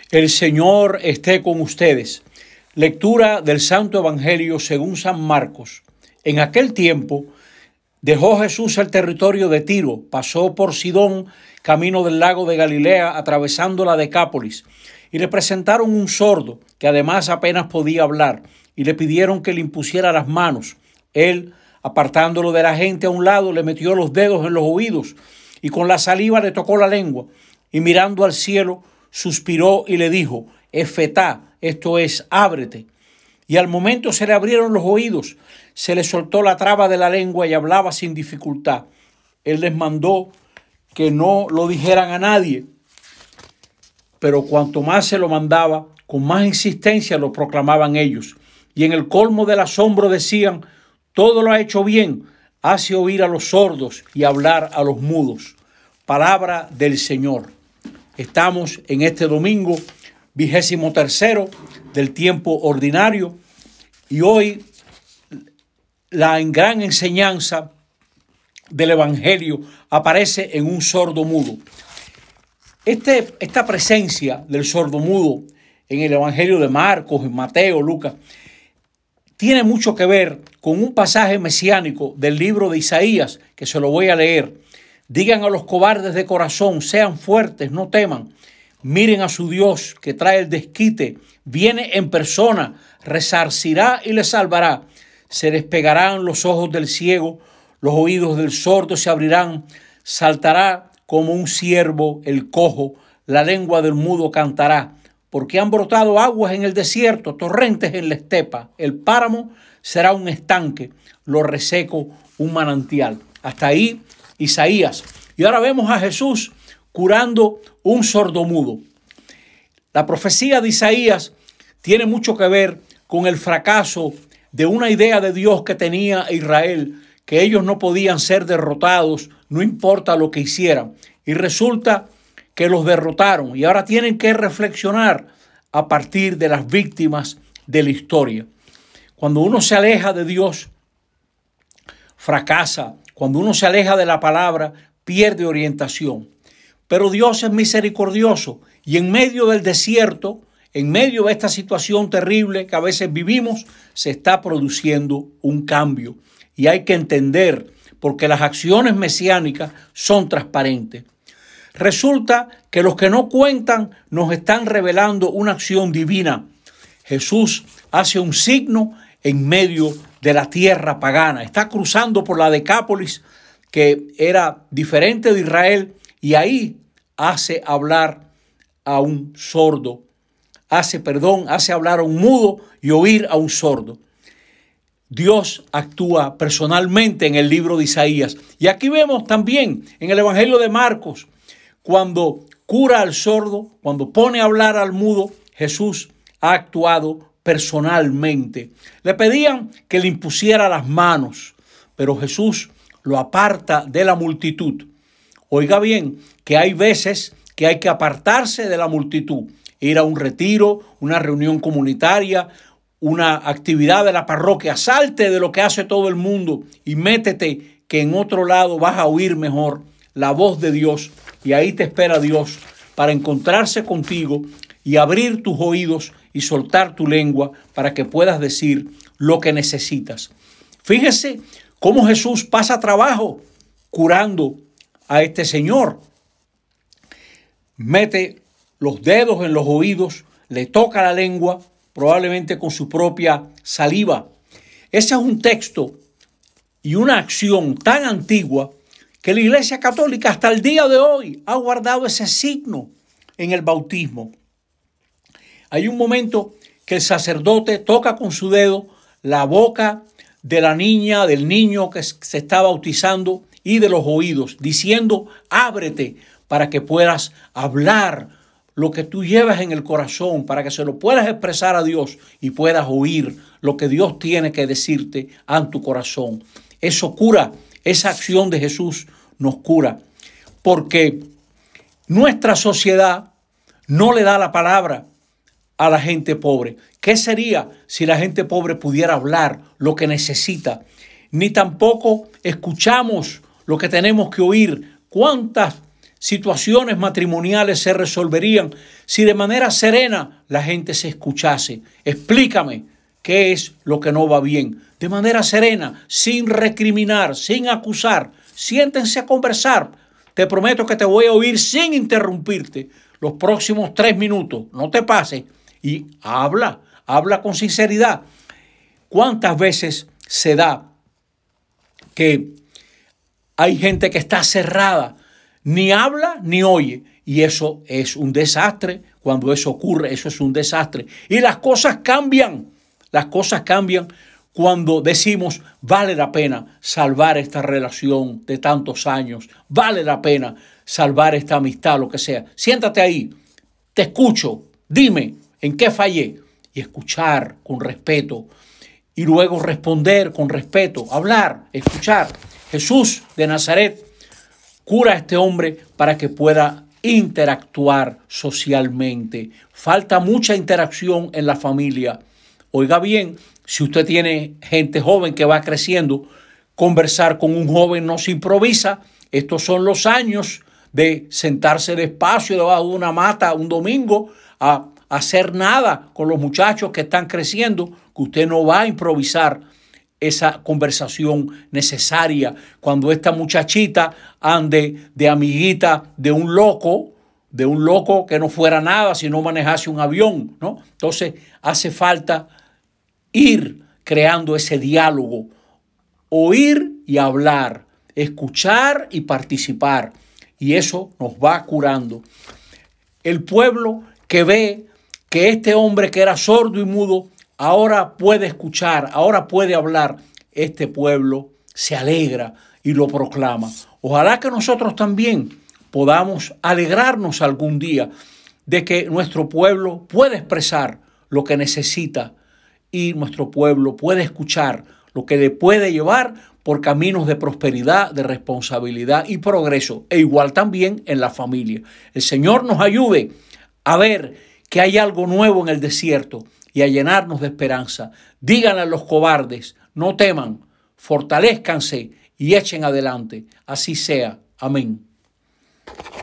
El Señor esté con ustedes. Lectura del Santo Evangelio según San Marcos. En aquel tiempo dejó Jesús el territorio de Tiro, pasó por Sidón, camino del lago de Galilea, atravesando la Decápolis, y le presentaron un sordo, que además apenas podía hablar, y le pidieron que le impusiera las manos. Él, apartándolo de la gente a un lado, le metió los dedos en los oídos, y con la saliva le tocó la lengua, y mirando al cielo, suspiró y le dijo: Efetá, esto es, ábrete. Y al momento se le abrieron los oídos, se le soltó la traba de la lengua y hablaba sin dificultad. Él les mandó que no lo dijeran a nadie, pero cuanto más se lo mandaba, con más insistencia lo proclamaban ellos. Y en el colmo del asombro decían: todo lo ha hecho bien, hace oír a los sordos y hablar a los mudos. Palabra del Señor. Estamos en este domingo 23º del tiempo ordinario y hoy la gran enseñanza del Evangelio aparece en un sordo mudo. Esta presencia del sordo mudo en el Evangelio de Marcos, en Mateo, Lucas, tiene mucho que ver con un pasaje mesiánico del libro de Isaías, que se lo voy a leer. Digan a los cobardes de corazón: sean fuertes, no teman. Miren a su Dios, que trae el desquite, viene en persona, resarcirá y les salvará. Se despegarán los ojos del ciego, los oídos del sordo se abrirán, saltará como un ciervo el cojo, la lengua del mudo cantará. Porque han brotado aguas en el desierto, torrentes en la estepa. El páramo será un estanque, lo reseco un manantial. Hasta ahí Isaías. Y ahora vemos a Jesús curando un sordomudo. La profecía de Isaías tiene mucho que ver con el fracaso de una idea de Dios que tenía Israel, que ellos no podían ser derrotados, no importa lo que hicieran. Y resulta que los derrotaron y ahora tienen que reflexionar a partir de las víctimas de la historia. Cuando uno se aleja de Dios, fracasa. Cuando uno se aleja de la palabra, pierde orientación. Pero Dios es misericordioso y en medio del desierto, en medio de esta situación terrible que a veces vivimos, se está produciendo un cambio. Y hay que entender, porque las acciones mesiánicas son transparentes. Resulta que los que no cuentan nos están revelando una acción divina. Jesús hace un signo en medio de la tierra pagana. Está cruzando por la Decápolis, que era diferente de Israel, y ahí hace hablar a un sordo. Hace hablar a un mudo y oír a un sordo. Dios actúa personalmente en el libro de Isaías. Y aquí vemos también en el Evangelio de Marcos, cuando cura al sordo, cuando pone a hablar al mudo, Jesús ha actuado personalmente. Le pedían que le impusiera las manos, pero Jesús lo aparta de la multitud. Oiga bien, que hay veces que hay que apartarse de la multitud, ir a un retiro, una reunión comunitaria, una actividad de la parroquia. Salte de lo que hace todo el mundo y métete, que en otro lado vas a oír mejor la voz de Dios, y ahí te espera Dios para encontrarse contigo y abrir tus oídos y soltar tu lengua para que puedas decir lo que necesitas. Fíjese cómo Jesús pasa trabajo curando a este señor. Mete los dedos en los oídos, le toca la lengua, probablemente con su propia saliva. Ese es un texto y una acción tan antigua que la Iglesia Católica hasta el día de hoy ha guardado ese signo en el bautismo. Hay un momento que el sacerdote toca con su dedo la boca de la niña, del niño que se está bautizando, y de los oídos, diciendo: ábrete para que puedas hablar lo que tú llevas en el corazón, para que se lo puedas expresar a Dios y puedas oír lo que Dios tiene que decirte en tu corazón. Eso cura. Esa acción de Jesús nos cura, porque nuestra sociedad no le da la palabra a la gente pobre. ¿Qué sería si la gente pobre pudiera hablar lo que necesita? Ni tampoco escuchamos lo que tenemos que oír. ¿Cuántas situaciones matrimoniales se resolverían si de manera serena la gente se escuchase. Explícame qué es lo que no va bien. De manera serena, sin recriminar, sin acusar. Siéntense a conversar. Te prometo que te voy a oír sin interrumpirte los próximos 3 minutos. No te pases. Y habla con sinceridad. ¿Cuántas veces se da que hay gente que está cerrada? Ni habla ni oye. Y eso es un desastre. Cuando eso ocurre, eso es un desastre. Y las cosas cambian. Las cosas cambian cuando decimos, vale la pena salvar esta relación de tantos años. Vale la pena salvar esta amistad, lo que sea. Siéntate ahí. Te escucho. Dime en qué fallé. Y escuchar con respeto. Y luego responder con respeto. Hablar, escuchar. Jesús de Nazaret cura a este hombre para que pueda interactuar socialmente. Falta mucha interacción en la familia. Oiga bien, si usted tiene gente joven que va creciendo, conversar con un joven no se improvisa. Estos son los años de sentarse despacio debajo de una mata un domingo a hacer nada con los muchachos que están creciendo, que usted no va a improvisar esa conversación necesaria cuando esta muchachita ande de amiguita de un loco que no fuera nada si no manejase un avión, ¿no? Entonces hace falta ir creando ese diálogo, oír y hablar, escuchar y participar, y eso nos va curando. El pueblo que ve que este hombre que era sordo y mudo ahora puede escuchar, ahora puede hablar, este pueblo se alegra y lo proclama. Ojalá que nosotros también podamos alegrarnos algún día de que nuestro pueblo puede expresar lo que necesita y nuestro pueblo puede escuchar lo que le puede llevar por caminos de prosperidad, de responsabilidad y progreso, e igual también en la familia. El Señor nos ayude a ver que hay algo nuevo en el desierto y a llenarnos de esperanza. Díganle a los cobardes, no teman, fortalézcanse y echen adelante. Así sea. Amén.